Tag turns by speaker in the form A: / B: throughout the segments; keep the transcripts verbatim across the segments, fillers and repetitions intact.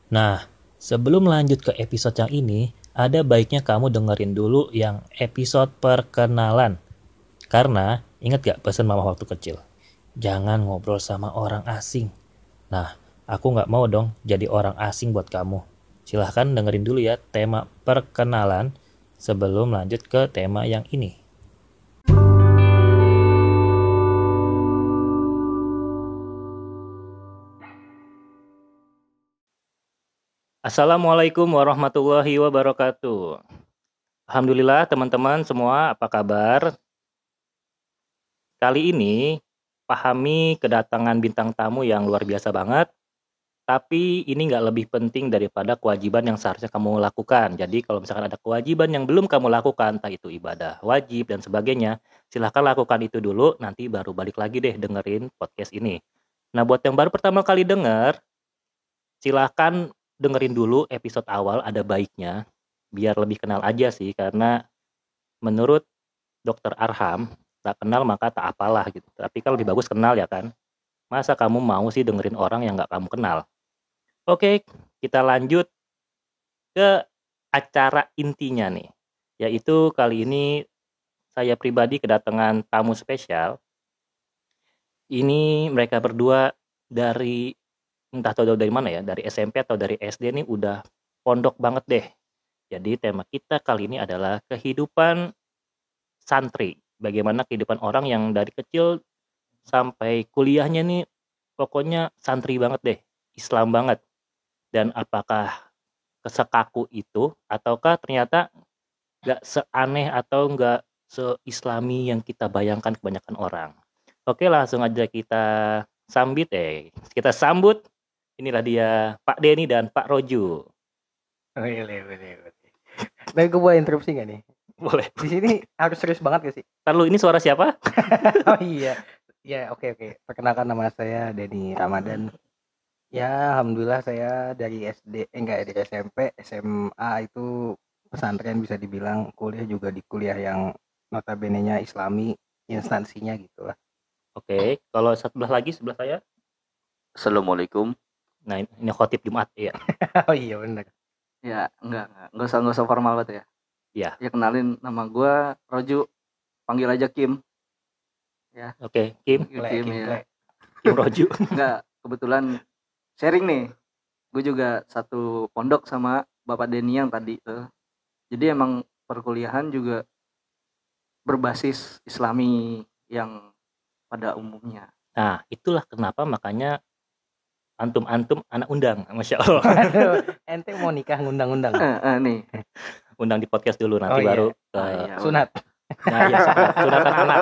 A: Nah, sebelum lanjut ke episode yang ini, ada baiknya kamu dengerin dulu yang episode perkenalan. Karena, ingat gak pesan mama waktu kecil? Jangan ngobrol sama orang asing. Nah, aku gak mau dong jadi orang asing buat kamu. Silahkan dengerin dulu ya tema perkenalan sebelum lanjut ke tema yang ini. Assalamualaikum warahmatullahi wabarakatuh. Alhamdulillah teman-teman semua, apa kabar? Kali ini pahami kedatangan bintang tamu yang luar biasa banget, tapi ini nggak lebih penting daripada kewajiban yang seharusnya kamu lakukan. Jadi kalau misalkan ada kewajiban yang belum kamu lakukan, entah itu ibadah wajib dan sebagainya, silahkan lakukan itu dulu, nanti baru balik lagi deh dengerin podcast ini. Nah, buat yang baru pertama kali denger, silahkan dengerin dulu episode awal, ada baiknya, biar lebih kenal aja sih, karena menurut dokter Arham, tak kenal maka tak apalah gitu. Tapi kan lebih bagus kenal ya kan. Masa kamu mau sih dengerin orang yang nggak kamu kenal? Oke, kita lanjut ke acara intinya nih. Yaitu kali ini saya pribadi kedatangan tamu spesial. Ini mereka berdua dari entah tahu dari mana ya, dari S M P atau dari S D nih udah pondok banget deh. Jadi tema kita kali ini adalah kehidupan santri. Bagaimana kehidupan orang yang dari kecil sampai kuliahnya nih pokoknya santri banget deh, Islam banget. Dan apakah sekaku itu ataukah ternyata nggak seaneh atau nggak se-Islami yang kita bayangkan kebanyakan orang. Oke, langsung aja kita sambit eh kita sambut. Inilah dia Pak Denny dan Pak Roju.
B: Boleh, boleh, boleh. Tapi gue boleh interupsi gak nih?
A: Boleh.
B: Di sini harus serius banget gak sih?
A: Lalu ini suara siapa?
B: Oh iya. Ya, oke oke. Perkenalkan nama saya Denny Ramadan. Ya, alhamdulillah saya dari S D, eh enggak dari S M P, S M A itu pesantren bisa dibilang, kuliah juga di kuliah yang notabene-nya Islami, instansinya gitu lah.
A: Oke, kalau sebelah lagi sebelah saya.
C: Assalamualaikum.
A: Nah, ini khotib Jumat ya.
B: Oh iya benar.
C: Ya, enggak, enggak, enggak usah, enggak usah formal banget ya.
A: Iya.
C: Ya kenalin, nama gue Roju, panggil aja Kim. Ya.
A: Oke, Kim.
C: Kim,
B: Play,
C: Kim,
B: Kim,
C: ya.
B: play.
A: Kim Roju.
C: Enggak, kebetulan sharing nih. Gue juga satu pondok sama Bapak Denny yang tadi tuh. Jadi emang perkuliahan juga berbasis Islami yang pada umumnya.
A: Nah, itulah kenapa makanya antum-antum anak undang, Masya Allah.
B: Aduh, ente mau nikah ngundang-undang.
C: Eh, eh, nih.
A: Undang di podcast dulu nanti
B: Oh, iya.
A: baru ke
C: Ah, iya,
B: Sunat.
A: Nah, iya, sunat, sunatan anak.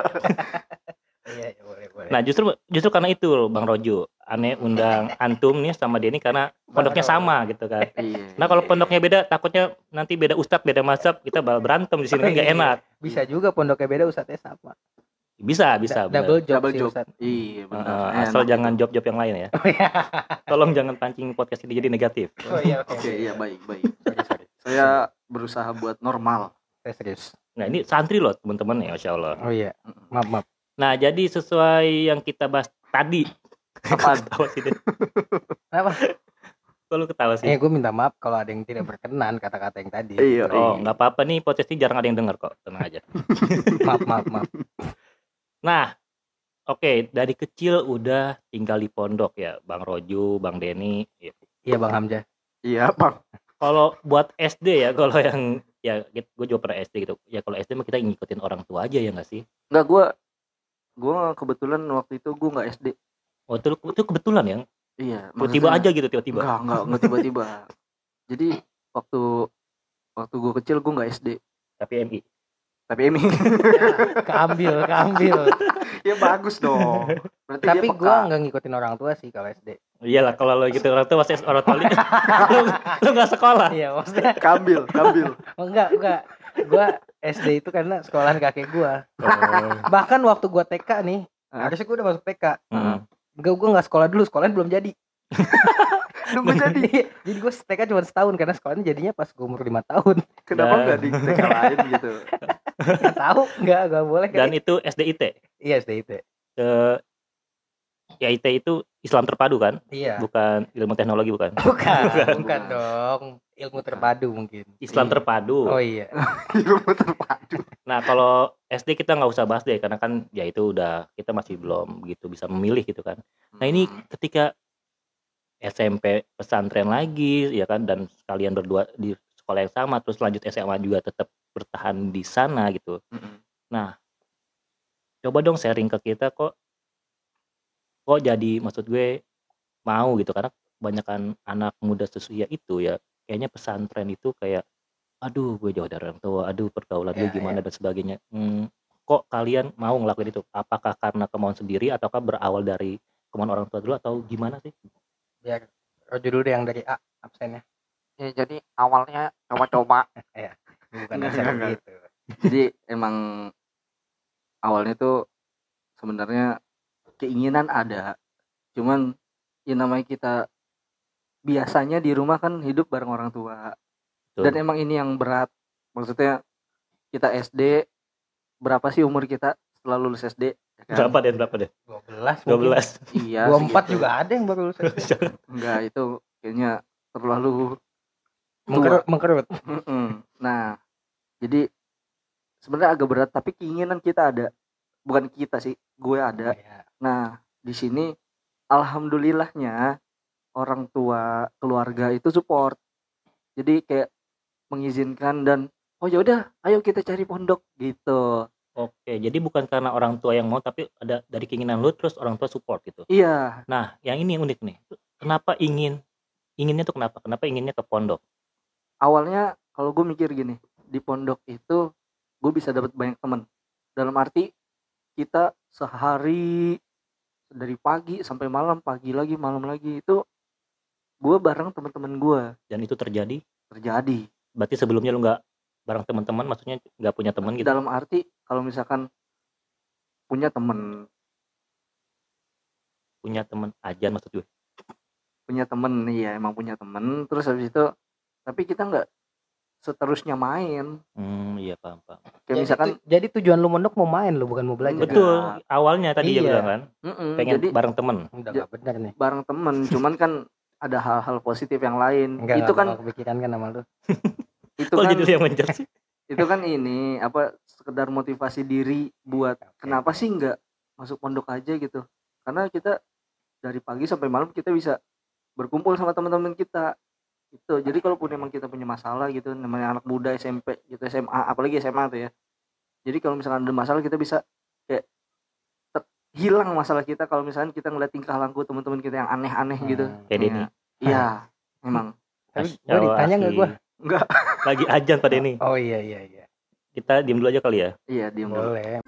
B: Iya, iya, boleh, boleh.
A: Nah, justru justru karena itu Bang Roju, aneh undang antum nih sama Denny karena pondoknya sama gitu kan.
C: Iya.
A: Nah, kalau
C: iya.
A: pondoknya beda, takutnya nanti beda ustadz, beda mazhab, kita bakal berantem di sini kan nggak
B: Iya.
A: enak.
B: Bisa juga pondoknya beda, ustadznya sama.
A: Bisa, bisa.
B: Da-
A: bener.
B: double job
C: Double
B: sih
C: job.
B: Ustadz.
C: Iya, benar.
A: Uh,
C: Enak
A: asal
C: itu.
A: jangan job-job yang lain ya.
B: Oh iya.
A: Tolong jangan pancing podcast ini jadi negatif.
B: Oh iya, oke.
C: Oke, iya baik, baik.
B: Sorry, sorry.
C: Saya berusaha buat normal.
B: Saya serius.
A: Nah, ini santri loh teman-teman ya, Masya Allah.
B: Oh iya, maaf maaf.
A: Nah, jadi sesuai yang kita bahas tadi.
C: Apaan?
A: Ketawa sih, Den.
B: Kenapa?
A: Kok lu ketawa sih?
B: Eh, gue minta maaf kalau ada yang tidak berkenan kata-kata yang tadi.
C: Iya.
A: Oh, nggak apa-apa nih, podcast ini jarang ada yang denger kok. Tenang aja.
B: Maaf, maaf, maaf.
A: Nah, oke, dari kecil udah tinggal di pondok ya, Bang Roju, Bang Denny. Ya.
B: Iya, Bang Hamzah.
C: Iya, Bang.
A: Kalau buat S D ya, kalau yang ya gue juga pernah S D gitu. Ya kalau S D mah kita ngikutin orang tua aja ya nggak sih?
C: Enggak, gua gua kebetulan waktu itu gua enggak S D.
A: Oh, itu, itu kebetulan ya?
C: Iya,
A: Tiba-tiba
C: maksudnya-
A: aja gitu, tiba-tiba.
C: Enggak, enggak, enggak tiba-tiba. Jadi waktu waktu gua kecil gua enggak S D,
A: Tapi M I.
C: tapi ini
B: Ya, keambil, keambil.
C: ya bagus dong. Berarti dia
B: Tapi
C: peka.
B: gue nggak ngikutin orang tua sih kalau S D.
A: Iyalah, kalau lo gitu orang tua masih orang tua li- lu, lu nggak sekolah.
B: Iya, maksudnya
C: Kambil, kambil.
B: oh, enggak, enggak. Gue S D itu karena sekolahan kakek gue.
A: Oh.
B: Bahkan waktu gue T K nih,
C: Hah?
B: harusnya gue udah masuk T K.
A: Hmm.
B: Enggak, gue nggak sekolah dulu, sekolahnya belum jadi.
C: Nunggu jadi.
B: Jadi gue T K cuma setahun karena sekolahnya jadinya pas gue umur lima tahun.
C: Kenapa
A: Dan-
C: enggak di T K lain gitu?
B: Nggak tahu, nggak, nggak boleh.
A: Dan
B: kali.
A: itu S D I T.
B: Iya S D I T.
A: Ke Ya I T itu Islam terpadu kan?
B: Iya.
A: Bukan ilmu teknologi bukan?
B: Bukan, bukan,
C: Bukan.
B: dong. Ilmu terpadu mungkin.
A: Islam
C: Iya.
A: terpadu.
B: Oh iya.
C: Ilmu terpadu.
A: Nah kalau S D kita nggak usah bahas deh karena kan ya itu udah kita masih belum gitu bisa memilih gitu kan. Nah ini
C: Hmm.
A: ketika S M P pesantren lagi ya kan dan kalian berdua di sekolah yang sama terus lanjut S M A juga tetap bertahan di sana gitu.
C: Mm-mm.
A: Nah coba dong sharing ke kita kok kok jadi maksud gue mau gitu karena kebanyakan anak muda seusia itu ya kayaknya pesantren itu kayak aduh gue jauh dari orang tua, aduh pergaulan gue
B: Ya,
A: gimana
B: ya.
A: dan sebagainya. Hmm, kok kalian mau ngelakuin itu? Apakah karena kemauan sendiri ataukah berawal dari kemauan orang tua dulu atau gimana sih?
B: Biar Rojo dulu deh yang dari A absennya.
D: Ya, jadi awalnya coba-coba.
B: Bukan
C: Enggak,
B: dasar
C: enggak, enggak.
B: gitu.
C: Jadi emang awalnya tuh sebenarnya keinginan ada, cuman ya namanya kita biasanya di rumah kan hidup bareng orang tua. Dan
A: Tuh.
C: emang ini yang berat. Maksudnya kita S D berapa sih umur kita setelah lulus S D? Ya kan?
A: Berapa deh? Berapa deh?
B: dua belas
A: dua
B: mungkin.
A: belas.
C: Iya.
B: dua puluh empat
C: segitu.
B: juga ada yang baru lulus.
C: Enggak, itu kayaknya terlalu
B: Mengkerut, mengkerut.
C: Mm-mm. Nah, jadi sebenarnya agak berat tapi keinginan kita ada. Bukan kita sih, gue ada.
B: Ya.
C: Nah, di sini alhamdulillahnya orang tua keluarga itu support. Jadi kayak mengizinkan dan oh ya udah, ayo kita cari pondok gitu.
A: Oke, jadi bukan karena orang tua yang mau tapi ada dari keinginan lu terus orang tua support gitu.
C: Iya,
A: Nah, yang ini yang unik nih. Kenapa ingin inginnya tuh kenapa? Kenapa inginnya ke pondok?
C: awalnya kalau gue mikir gini, di pondok itu gue bisa dapat banyak teman. Dalam arti kita sehari dari pagi sampai malam, pagi lagi, malam lagi itu gue bareng teman-teman gue
A: Dan itu terjadi?
C: terjadi.
A: Berarti sebelumnya lu nggak bareng teman-teman, maksudnya nggak punya teman gitu?
C: Dalam arti kalau misalkan punya temen,
A: Punya teman ajan maksud gue.
C: punya temen, iya emang punya temen. Terus habis itu, tapi kita nggak seterusnya main.
A: Hmm, iya paham paham.
C: Kayak
B: Jadi,
C: misalkan,
B: tu- jadi tujuan lu mondok mau main lu bukan mau belajar.
C: Enggak.
A: Betul, awalnya tadi dia
B: Iya.
A: bilang kan,
C: mm-mm,
A: pengen
C: jadi
A: bareng temen.
B: Udah
C: Ja-
B: gak benar nih.
C: bareng temen. Cuman kan ada hal-hal positif yang lain.
B: Enggak,
C: itu
B: enggak
C: kan,
B: bakal kepikiran kan sama lu.
C: itu
A: Kok
C: kan,
A: jadi lu yang menjat sih?
C: itu kan ini apa sekedar motivasi diri buat
B: Oke.
C: kenapa sih nggak masuk pondok aja gitu. Karena kita dari pagi sampai malam kita bisa berkumpul sama teman-teman kita. Itu. Jadi kalaupun emang kita punya masalah gitu, namanya anak muda S M P gitu, S M A, apalagi S M A tuh ya. Jadi kalau misalkan ada masalah kita bisa kayak ter- hilang masalah kita kalau misalkan kita ngeliat tingkah laku teman-teman kita yang aneh-aneh gitu.
B: Hmm.
A: Kayak Denny.
C: Iya. Iya, emang.
B: Tapi
A: Masya
B: gua
A: Allah,
B: ditanya nggak
A: asli.
B: gua?
C: Enggak.
A: Lagi ajan pada ini.
B: Oh iya iya iya.
A: Kita diem dulu aja kali ya.
C: Iya, diam dulu.
B: Boleh.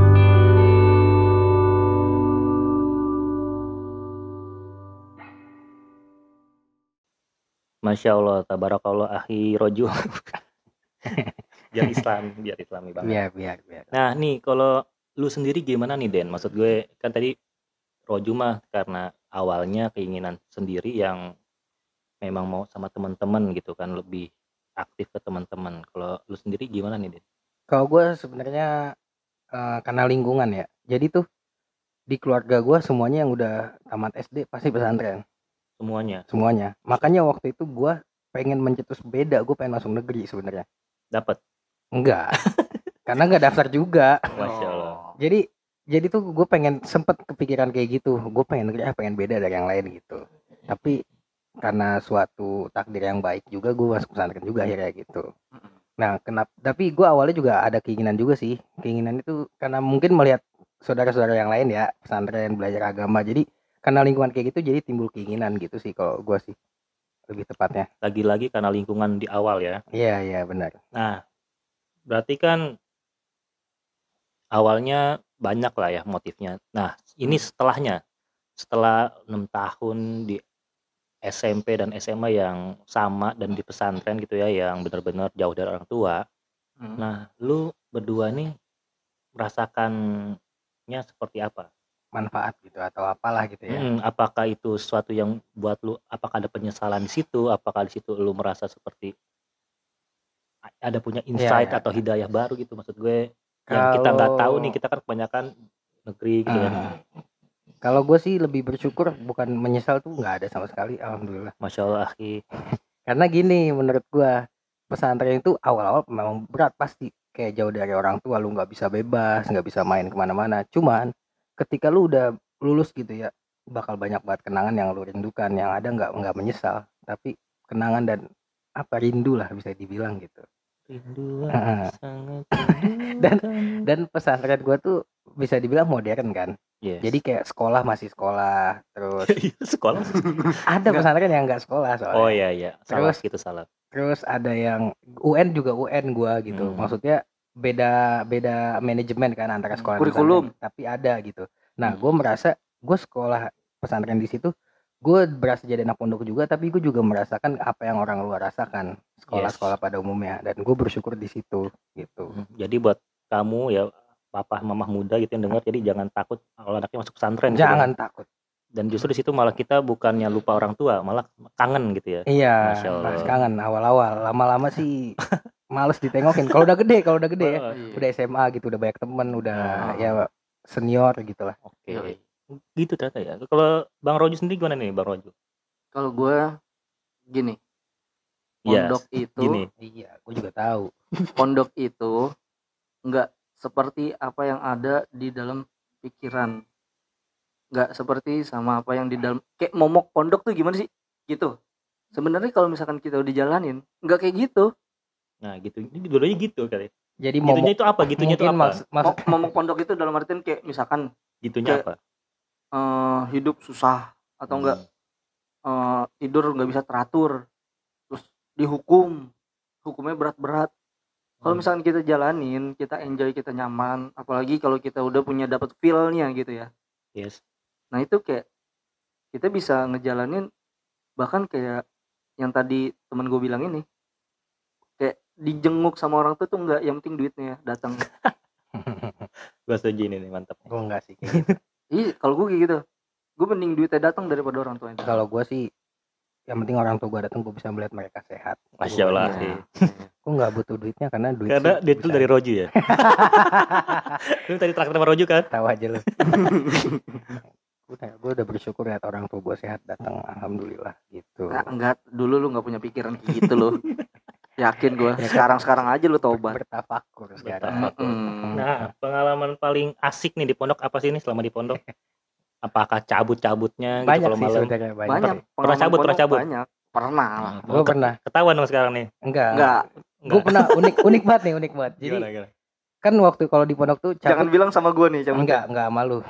A: Masya Allah, tabarakallah akhi roju. Biar Islam, biar Islami banget.
B: Biar biar biar.
A: Nah nih kalau lu sendiri gimana nih Den? Maksud gue kan tadi roju mah karena awalnya keinginan sendiri yang memang mau sama teman-teman gitu kan lebih aktif ke teman-teman. Kalau lu sendiri gimana nih Den?
B: Kalau gue sebenarnya eh, karena lingkungan ya. Jadi tuh di keluarga gue semuanya yang udah tamat S D pasti pesantren.
A: Semuanya
B: Semuanya. Makanya waktu itu gue pengen mencetus beda. Gue pengen masuk negeri sebenarnya.
A: dapat.
B: Enggak. Karena nggak daftar juga.
A: Masya Allah.
B: Jadi jadi tuh gue pengen sempet kepikiran kayak gitu. Gue pengen negeri ah pengen beda dari yang lain gitu. Tapi karena suatu takdir yang baik juga gue masuk pesantren juga akhirnya gitu. Nah, kenapa? Tapi gue awalnya juga ada keinginan juga sih. Keinginan itu karena mungkin melihat saudara-saudara yang lain ya pesantren belajar agama. Jadi karena lingkungan kayak gitu jadi timbul keinginan gitu sih kalau gue sih lebih tepatnya.
A: Lagi-lagi karena lingkungan di awal ya.
B: Iya iya benar.
A: Nah berarti kan awalnya banyak lah ya motifnya. Nah ini setelahnya, setelah enam tahun di S M P dan S M A yang sama dan di pesantren gitu ya, yang benar-benar jauh dari orang tua.
C: Hmm.
A: Nah, lu berdua nih merasakannya seperti apa?
B: Manfaat gitu atau apalah gitu ya.
A: Mm, apakah itu sesuatu yang buat lu, apakah ada penyesalan di situ? Apakah di situ lu merasa seperti a- ada punya insight
B: Iya, iya.
A: atau hidayah baru gitu? Maksud gue yang kita nggak tahu nih, kita kan kebanyakan negeri gitu ya.
B: Ah. Kalau gue sih lebih bersyukur, bukan menyesal tuh nggak ada sama sekali, alhamdulillah.
A: Masya Allah, Ki.
B: Karena gini, menurut gue pesantren itu awal-awal memang berat pasti, kayak jauh dari orang tua, lu nggak bisa bebas, nggak bisa main kemana-mana. Cuman ketika lu udah lulus gitu ya, bakal banyak banget kenangan yang lu rindukan, yang ada nggak nggak menyesal, tapi kenangan dan apa rindu lah bisa dibilang gitu.
A: Rindu
B: Ah.
A: sangat
B: Dan-
A: rindukan.
B: Dan pesantren gue tuh bisa dibilang modern kan.
A: Yes.
B: Jadi kayak sekolah masih sekolah, terus
A: sekolah.
B: ada pesantren yang nggak sekolah soalnya.
A: Oh iya iya, salah
B: Terus-
A: gitu salah.
B: Terus ada yang U N juga U N gua gitu.
A: Hmm.
B: Maksudnya beda beda manajemen kan antara sekolah dan
C: Kurikulum.
B: pesantren, tapi ada gitu. Nah,
A: Hmm.
B: gue merasa gue sekolah pesantren di situ, gue berasa jadi anak pondok juga, tapi gue juga merasakan apa yang orang luar rasakan sekolah-sekolah pada umumnya, dan gue bersyukur di situ gitu.
A: Hmm, Jadi buat kamu ya papa mamah muda gitu yang dengar, jadi jangan takut kalau anaknya masuk pesantren. gitu
B: Jangan
A: kan.
B: takut.
A: Dan justru di situ malah kita bukannya lupa orang tua, malah kangen gitu ya.
B: Iya,
A: Masya Allah.
B: pas kangen awal-awal, lama-lama sih males ditengokin. Kalau udah gede, kalau udah gede ya,
A: Oh,
C: Iya.
B: udah S M A gitu, udah banyak temen, udah
C: Ah.
B: ya senior gitu lah.
A: Oke.
C: Yoi.
A: Gitu ternyata ya. Kalau Bang Rojo sendiri gimana nih Bang Rojo?
C: Kalau gue gini,
A: Iya,
C: pondok itu,
A: gini.
B: Iya, gue juga tahu.
C: pondok itu nggak seperti apa yang ada di dalam pikiran, nggak seperti sama apa yang di dalam, kayak momok pondok tuh gimana sih gitu. Sebenarnya kalau misalkan kita udah jalanin nggak kayak gitu.
A: Nah, gitu. Ini dulunya gitu kali.
B: Jadi
A: Gitunya
B: momok
A: itu apa? Gitunya itu
B: mungkin
A: apa?
B: maksud, maksud
C: Mo- momok pondok itu dalam artian kayak misalkan
A: Gitunya
C: kayak-
A: apa?
C: eh, hidup susah atau enggak eh, tidur nggak bisa teratur, terus dihukum, hukumnya berat-berat. Kalau
A: Hmm.
C: misalkan kita jalanin, kita enjoy, kita nyaman, apalagi kalau kita udah punya dapat feel-nya gitu ya.
A: Yes.
C: Nah itu kayak kita bisa ngejalanin, bahkan kayak yang tadi temen gue bilang ini, kayak dijenguk sama orang tuh tuh enggak, yang penting duitnya datang.
A: Gua setuju ini nih, mantap.
B: gue enggak sih kayak gitu.
C: Iya, kalau gue kayak gitu, gue mending duitnya datang daripada orang tuanya.
B: Kalau gue sih yang penting orang tua gue datang, gue bisa melihat mereka sehat.
A: Masya Allah.
C: Iya.
A: Ki.
B: Gue nggak butuh duitnya karena duit
A: Karena
B: sih
A: dia itu
B: bisa-
A: dari Rojo ya. Lu tadi traktir sama Rojo kan?
B: tahu aja lu. Udah, gue udah bersyukur lihat orang tua gue sehat datang, alhamdulillah gitu.
C: Nah, enggak, dulu lu nggak punya pikiran kayak gitu loh. Yakin gue. Sekarang-sekarang aja lu tobat.
B: Bertafakur sekarang.
A: Bertafakur.
C: Mm-mm.
A: Nah, pengalaman paling asik nih di pondok apa sih nih selama di pondok? Apakah cabut-cabutnya gitu
B: Banyak
A: kalau
B: sih
A: malam?
B: sebenarnya banyak.
C: Banyak.
A: Pernah
C: pengalaman
A: cabut, pernah
C: pondok
A: cabut?
C: Banyak. Pernah lah.
A: Hmm,
B: Gue
A: ket-
B: pernah.
A: Ketahuan dong sekarang nih.
B: Enggak.
C: Enggak.
B: Gue pernah unik unik banget nih unik banget. Jadi
A: Gimana, gimana?
B: kan waktu kalau di pondok tuh
C: Jangan
B: cabut
C: bilang sama gue nih cabut.
B: enggak enggak malu.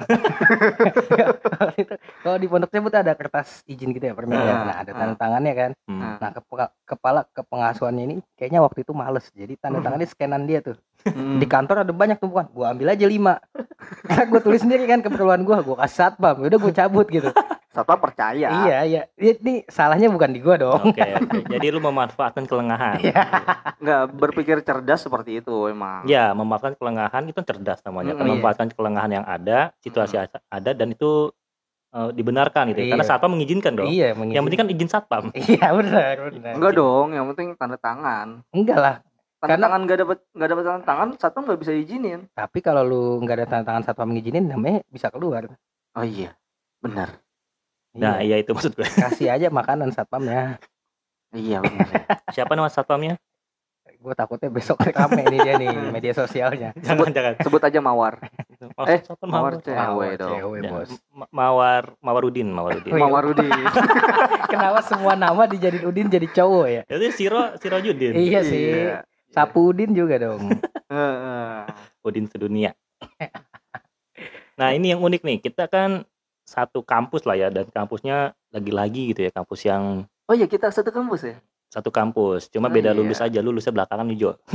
B: Waktu itu kalau di pondok cabut ada kertas izin gitu ya permen ya.
C: Ah,
B: Nah ada
C: ah.
B: tanda tangannya kan.
A: Hmm.
B: Nah kepa- kepala kepengasuhannya ini kayaknya waktu itu males. Jadi tanda tangannya scanan dia tuh.
C: Hmm.
B: Di kantor ada banyak tumpukan. Gue ambil aja lima. Karena gue tulis sendiri kan keperluan gue. Gue kasih satpam. Udah gue cabut gitu.
C: Satpam percaya.
B: Iya iya. Ini salahnya bukan di gue dong.
A: Oke, oke. Jadi lu memanfaatkan kelengahan.
B: Iya.
C: Nggak berpikir cerdas seperti itu emang.
A: Ya, memanfaatkan kelengahan itu cerdas namanya.
C: Mm,
A: Kan
B: iya.
A: memanfaatkan kelengahan yang ada, situasi ada dan itu eh, dibenarkan gitu. ya. Karena
B: Iya.
A: satpam mengizinkan dong.
B: Iya
A: Yang penting kan izin satpam.
B: Iya benar benar.
C: Enggak dong, yang penting tanda tangan.
B: Enggak lah.
C: Tanda
B: Karena-
C: tangan nggak dapat nggak dapat tanda tangan, satpam nggak bisa izinin.
B: Tapi kalau lu nggak ada tanda tangan satpam ngizinin, namanya bisa keluar.
C: Oh iya, benar.
A: Nah,
B: Iya.
A: iya itu maksud gue.
B: Kasih aja makanan satpamnya.
C: Iya benar. ya.
A: Siapa nama satpamnya?
B: Gue takutnya besok rame nih dia nih media sosialnya.
A: Jangan, jangan.
C: Sebut aja Mawar.
A: Oh,
C: Eh,
A: satpam
C: Mawar
A: Mawar.
C: cewek
B: Mawar
C: dong.
B: cewek,
A: Ya,
B: bos.
A: Ma- Mawar Mawarudin, Mawarudin.
B: Oh, iya.
C: Mawarudi.
B: Kenapa semua nama dijadiin Udin jadi cowok ya?
A: Jadi Siro Sirojudin.
B: Iya sih. Sapu Udin juga dong.
C: Heeh.
A: Udin sedunia. Nah, ini yang unik nih. Kita kan satu kampus lah ya, dan kampusnya lagi-lagi gitu ya, kampus yang
C: Oh iya, kita satu kampus ya.
A: satu kampus. Cuma
C: Oh,
A: beda
C: iya.
A: lulus aja, lulusnya belakangan nih Jo.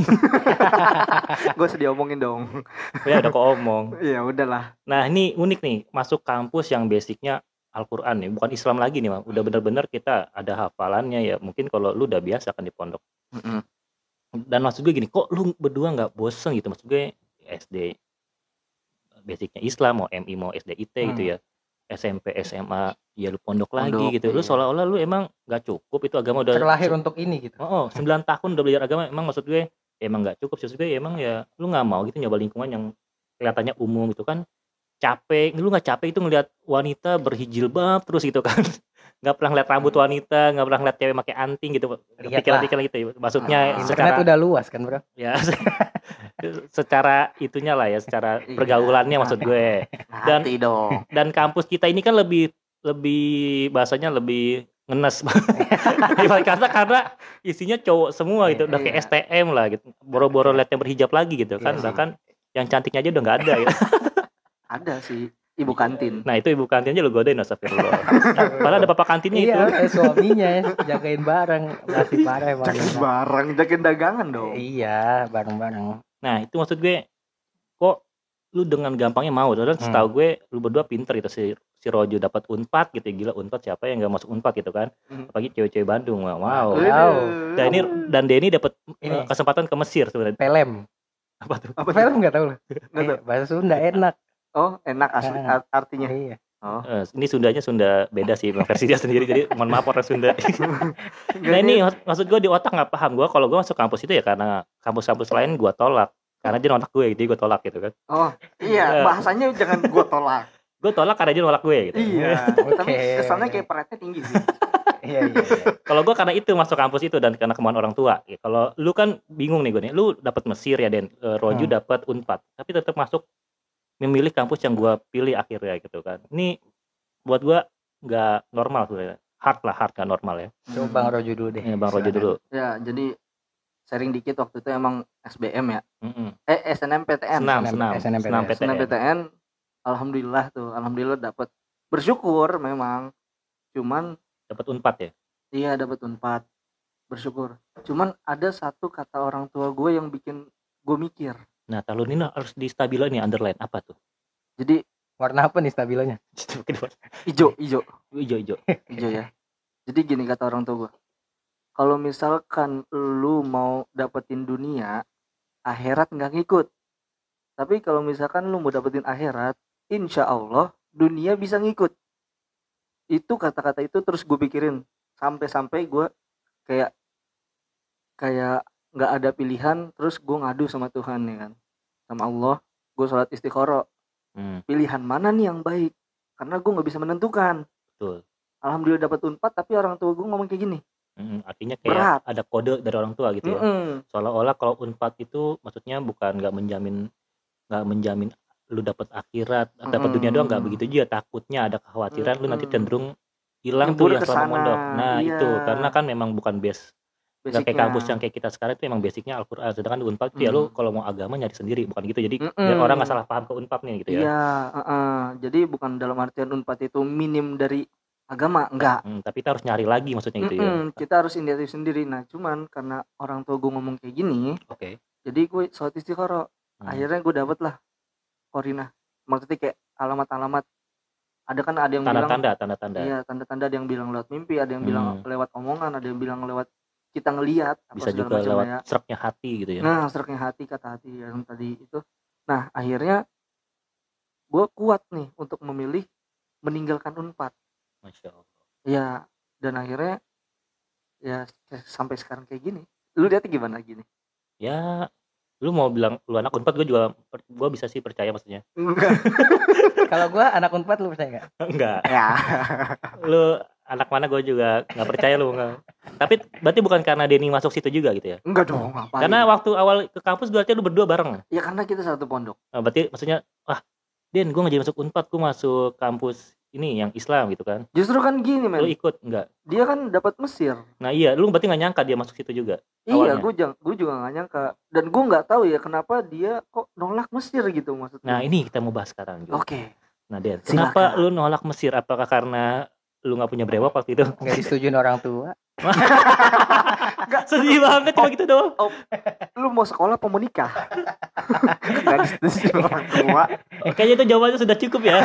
C: Gue sedih omongin dong.
A: Ya udah kok omong.
C: Iya, udahlah.
A: Nah, ini unik nih, masuk kampus yang basicnya Al-Quran nih, bukan Islam lagi nih, Mam. Udah benar-benar kita ada hafalannya ya. Mungkin kalau lu udah biasa kan di pondok.
C: Mm-mm.
A: Dan maksud gue gini, kok lu berdua nggak bosen gitu? Maksud gue S D basicnya Islam, mau M I mau S D I T gitu ya, S M P S M A ya lu pondok, lagi
C: Pondok,
A: gitu. Lu
C: iya.
A: seolah-olah lu emang nggak cukup itu agama udah
B: Terlahir untuk ini gitu.
A: oh, oh sembilan tahun udah belajar agama, emang maksud gue ya emang nggak cukup. Maksud gue ya emang ya lu nggak mau gitu nyoba lingkungan yang kelihatannya umum gitu kan. capek, lu nggak capek itu ngelihat wanita berhijilbab terus gitu kan? Nggak pernah ngeliat rambut wanita, nggak pernah ngeliat cewek pakai anting gitu,
B: Lihat
A: pikiran-pikiran gitu. Maksudnya
C: Ah.
B: Internet
A: secara
B: udah luas kan bro.
A: ya secara itunya lah ya, secara
C: Iya.
A: pergaulannya maksud gue. Dan
C: Hati dong.
A: dan kampus kita ini kan lebih lebih bahasanya lebih ngenes ibarat kata karena isinya cowok semua gitu, udah kayak
C: Iya.
A: S T M lah gitu, boro-boro liat yang berhijab lagi gitu kan,
B: Iya sih.
A: bahkan yang cantiknya aja udah nggak ada gitu.
C: Ada sih ibu kantin.
A: Nah itu ibu kantinnya lu godain, astagfirullah. Padahal ada bapak kantinnya itu.
B: Iya, kayak suaminya ya, jagain bareng, masih parah emang.
C: Jagain barang, jagain dagangan dong.
B: Iya, bareng-bareng.
A: Nah itu maksud gue, kok lu dengan gampangnya mau, dan
B: Hmm.
A: setahu gue lu berdua pinter gitu, si si Rojo dapat Unpad gitu, gila Unpad siapa yang nggak masuk Unpad gitu kan,
C: Hmm.
A: apalagi cewek-cewek Bandung, wow.
B: Wow.
A: Dan ini dan Denny dapat
B: Ini.
A: eh, kesempatan ke Mesir sebenarnya.
B: Pelem.
A: Apa tuh?
C: Apa tuh?
B: Pelem nggak tahu loh.
C: Nggak tahu.
B: Eh, bahasa Sunda enak.
C: Oh enak asli
B: Ah.
C: art- artinya.
B: Iya.
C: Oh.
A: Eh, ini Sundanya Sunda beda sih, versi dia sendiri, jadi mohon maaf orang Sunda. Nah ini mak- maksud gue di otak nggak paham gue kalau gue masuk kampus itu ya karena kampus-kampus lain gue tolak, karena dia nolak gue, jadi gue tolak gitu kan.
C: Oh iya, bahasanya jangan gue tolak.
A: Gue tolak karena dia nolak gue gitu.
C: Iya. Tapi
B: Oke.
C: kesannya kayak peretnya tinggi sih.
B: Iya, iya, iya.
A: Kalau gue karena itu masuk kampus itu dan karena kemauan orang tua. Ya, kalau lu kan bingung nih gue nih, lu dapat Mesir ya Den, Eh, Roju
B: Hmm.
A: dapat Unpad, tapi tetap masuk memilih kampus yang gue pilih akhirnya gitu kan. Ini buat gue nggak normal sebenarnya, hard lah, hard nggak normal ya.
B: Coba Bang Rojo dulu deh.
A: Ya, Bang Rojo
B: Silakan.
A: dulu.
C: Ya jadi sharing dikit, waktu itu emang S B M ya.
A: Mm-mm.
C: Eh S N M P T N.
A: Senam,
B: S N M,
A: senam,
B: S N M P T N.
A: senam P T
C: S N M P T
A: N.
C: N. Alhamdulillah tuh, alhamdulillah dapat. Bersyukur memang. Cuman
A: Dapat Unpad ya.
C: iya dapat Unpad. Bersyukur. Cuman ada satu kata orang tua gue yang bikin gue mikir.
A: Nah, kalau ini harus di stabilo ini underline apa tuh?
C: Jadi
B: Warna apa nih stabilonya?
C: ijo, ijo,
A: Hijau hijau.
C: ijo ya. Jadi gini kata orang tua gue. Kalau misalkan lu mau dapetin dunia, akhirat nggak ngikut. Tapi kalau misalkan lu mau dapetin akhirat, insya Allah dunia bisa ngikut. Itu kata-kata itu terus gue pikirin sampai-sampai gue kayak kayak nggak ada pilihan, terus gue ngadu sama Tuhan ya kan, sama Allah. Gue sholat istikharah,
A: Hmm,
C: pilihan mana nih yang baik, karena gue nggak bisa menentukan.
A: betul.
C: Alhamdulillah dapat Unpad, tapi orang tua gue ngomong kayak gini.
A: Mm, artinya kayak
C: Berat.
A: ada kode dari orang tua gitu ya.
C: Mm-mm.
A: Seolah-olah kalau Unpad itu maksudnya bukan nggak menjamin nggak menjamin lu dapat akhirat, dapat
C: Mm-mm.
A: dunia doang, nggak begitu juga. Takutnya ada kekhawatiran lu nanti
C: Mm-mm.
A: cenderung hilang
C: Nyebur
A: tuh ya
C: ke
A: selama
C: sana,
A: mondok. Nah
C: iya.
A: itu karena kan memang bukan base, nggak kayak
C: Basicnya.
A: kampus yang kayak kita sekarang itu emang basicnya Al-Quran. Sedangkan di Unpad itu ya lu
C: Mm.
A: kalau mau agama nyari sendiri, bukan gitu. Jadi
C: Mm-mm.
A: biar orang nggak salah paham ke Unpad nih gitu ya.
C: Iya, uh-uh. Jadi bukan dalam artian Unpad itu minim dari agama, enggak.
A: Hmm, tapi kita harus nyari lagi maksudnya gitu ya.
C: Mm-mm. Kita harus inisiatif sendiri. Nah, cuman karena orang tua gue ngomong kayak gini,
A: Oke.
C: jadi gue sholat istikharah.
A: Hmm.
C: Akhirnya gue dapet lah Korinah. Maksudnya kayak alamat-alamat. Ada kan ada yang bilang,
A: Tanda-tanda, tanda-tanda.
C: iya tanda-tanda, ada yang bilang lewat mimpi, ada yang bilang
A: Hmm.
C: lewat omongan, ada yang bilang lewat kita ngelihat apa
A: Bisa
C: segala
A: juga
C: macam
A: lewat
C: ya.
A: seraknya hati gitu ya.
C: Nah, seraknya hati, kata hati yang tadi itu. Nah, akhirnya gue kuat nih untuk memilih meninggalkan Unpad.
A: Masya Allah.
C: Ya, dan akhirnya ya s- sampai sekarang kayak gini. Lu lihatnya gimana gini?
A: Ya, lu mau bilang lu anak Unpad, gue juga gue bisa sih percaya maksudnya.
C: Enggak.
B: Kalau gua anak Unpad lu percaya nggak?
A: Enggak.
C: Ya.
A: Lu anak mana gue juga nggak percaya lu enggak. Tapi berarti bukan karena Denny masuk situ juga gitu ya.
C: Enggak dong, ngapain?
A: Karena waktu awal ke kampus berarti lu berdua bareng.
C: Ya karena kita satu pondok.
A: Nah, berarti maksudnya wah, Den, gue nggak jadi masuk Unpad, gue masuk kampus ini yang Islam gitu kan.
C: Justru kan gini,
A: Lu
C: men.
A: ikut enggak?
C: Dia kan dapat Mesir.
A: Nah iya, lu berarti nggak nyangka dia masuk situ juga.
C: Iya,
A: Awalnya.
C: gue jang, gue juga gak nyangka. Dan gue nggak tahu ya kenapa dia kok nolak Mesir gitu maksudnya.
A: Nah ini kita mau bahas sekarang juga.
C: Oke.
A: Nah Den,
C: Silakan.
A: kenapa lu nolak Mesir? Apakah karena lu nggak punya brewok waktu itu?
B: Nggak disetujuin orang tua.
A: Sedih banget cuma gitu doang.
C: Lu mau sekolah apa mau nikah? Gak disetujui orang tua.
A: Eh, kayaknya itu jawabannya sudah cukup ya.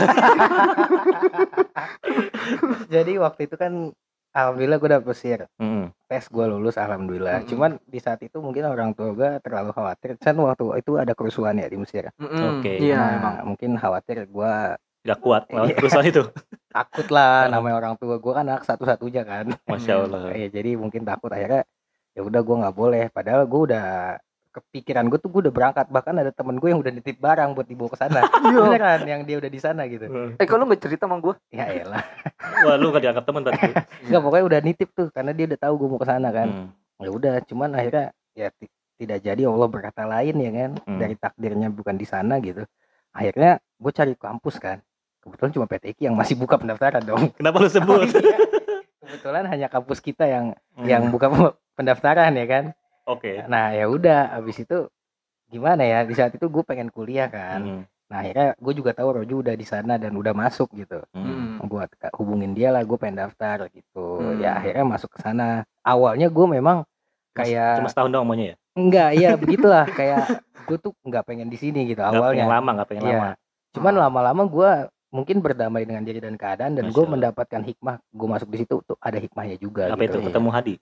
B: Jadi waktu itu kan alhamdulillah gue dapet Mesir.
A: Mm-mm.
B: Tes gue lulus alhamdulillah.
C: Mm-mm.
B: Cuman di saat itu mungkin orang tua gue terlalu khawatir. Kan waktu itu ada kerusuhan ya di Mesir.
C: Mm-mm.
A: Oke.
C: Iya
B: Nah,
C: emang.
B: mungkin khawatir gue
A: Gak kuat lawan
B: Iya.
A: perusahaan itu.
B: takut lah, namanya orang tua gue kan anak satu-satunya kan.
A: Masya Allah.
B: Ya jadi mungkin takut, akhirnya ya udah gue nggak boleh. Padahal gue udah kepikiran gue tuh gue udah berangkat, bahkan ada temen gue yang udah nitip barang buat dibawa ke sana. Beneran yang dia udah di sana gitu.
C: Eh kalau nggak cerita sama gue?
B: Ya elah.
A: Wah, lu gak dianggap teman tadi.
B: Enggak, pokoknya udah nitip tuh karena dia udah tahu gue mau ke sana kan.
A: Hmm.
B: Ya udah, cuman akhirnya ya t- tidak jadi, Allah berkata lain ya kan.
A: Hmm.
B: Dari takdirnya bukan di sana gitu. Akhirnya gue cari kampus kan. Kebetulan cuma P T I yang masih buka pendaftaran dong.
A: Kenapa lu sebut?
B: Iya. Kebetulan hanya kampus kita yang
A: Hmm.
B: yang buka pendaftaran ya kan.
A: Oke.
B: Nah ya udah, abis itu gimana ya, di saat itu gue pengen kuliah kan.
A: Hmm.
B: Nah akhirnya gue juga tahu Roju udah di sana dan udah masuk gitu.
A: Hmm.
B: Gue hubungin dia lah, gue pengen daftar gitu.
C: Hmm.
B: Ya akhirnya masuk ke sana. Awalnya gue memang kayak
A: Cuma setahun doang maunya ya?
B: enggak, iya begitulah, kayak gue tuh nggak pengen di sini gitu
A: Gak pengen
B: awalnya.
A: lama, gak pengen
B: Iya.
A: lama.
B: Cuman lama-lama gue mungkin berdamai dengan diri dan keadaan dan
A: Masya
B: gue
A: Allah.
B: mendapatkan hikmah. Gue masuk di situ tuh ada hikmahnya juga.
A: Apa
B: gitu.
A: itu? Ketemu Hadi?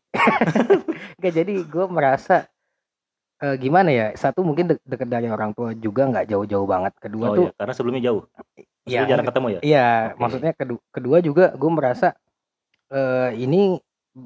B: Enggak, jadi gue merasa eh, gimana ya? Satu mungkin de- deket dari orang tua juga, nggak jauh-jauh banget. Kedua
A: Oh
B: tuh,
A: iya, karena sebelumnya jauh.
B: ya,
A: Sebelumnya jarang ketemu ya?
B: iya,
A: Oke.
B: maksudnya kedua, kedua juga gue merasa eh, ini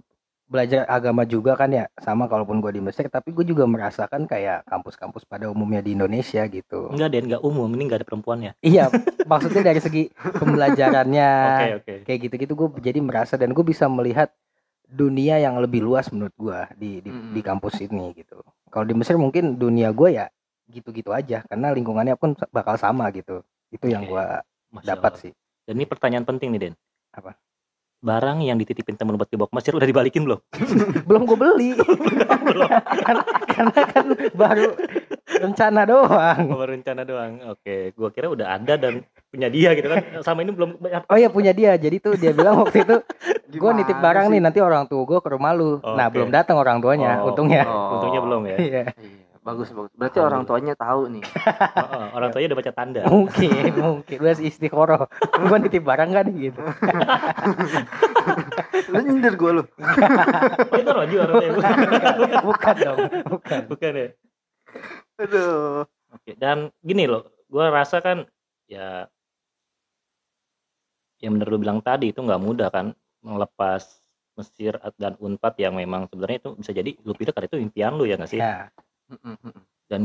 B: belajar agama juga kan ya, sama kalaupun gue di Mesir, tapi gue juga merasakan kayak kampus-kampus pada umumnya di Indonesia gitu.
A: Enggak, Den, enggak umum. Ini enggak ada perempuannya.
B: Iya, maksudnya dari segi pembelajarannya
A: Oke, oke.
B: kayak gitu-gitu, gue jadi merasa dan gue bisa melihat dunia yang lebih luas menurut gue di di,
C: Mm-mm.
B: di kampus ini gitu. Kalau di Mesir mungkin dunia gue ya gitu-gitu aja karena lingkungannya pun bakal sama gitu. Itu yang
A: Oke.
B: gue
A: Masya
B: dapat
A: Allah.
B: sih.
A: Dan ini pertanyaan penting nih, Den.
B: Apa?
A: Barang yang dititipin temen buat dibawa ke Mesir udah dibalikin belum?
B: Belum gue beli. karena, karena kan baru rencana doang.
A: Baru rencana doang. Oke, gua kira udah ada dan punya dia gitu kan. Sama ini belum.
B: Oh iya, punya dia. Jadi tuh dia bilang waktu itu gue
C: Gimana
B: nitip barang
C: sih?
B: nih, nanti orang tua gue ke rumah lu.
A: Oh,
B: Nah
A: oke.
B: belum datang orang tuanya,
A: Oh,
B: untungnya.
C: Oh.
A: Untungnya belum ya.
B: Iya.
C: Iya, bagus bagus. Berarti orang tuanya tahu nih.
A: Oh, oh, orang tuanya udah baca tanda.
B: Mungkin, mungkin udah istiqoroh. Gue nitip barang kan gitu.
C: Lu nyindir gue lu.
A: Oh, itu Roju orang tuanya.
B: Bukan dong, bukan.
A: Bukan ya.
C: Aduh.
A: Oke, dan gini loh, gua rasa kan ya yang bener lu bilang tadi itu nggak mudah kan melepas Mesir dan Unpad yang memang sebenarnya itu bisa jadi lu pilih karena itu impian lu ya nggak sih?
B: Ya,
A: Dan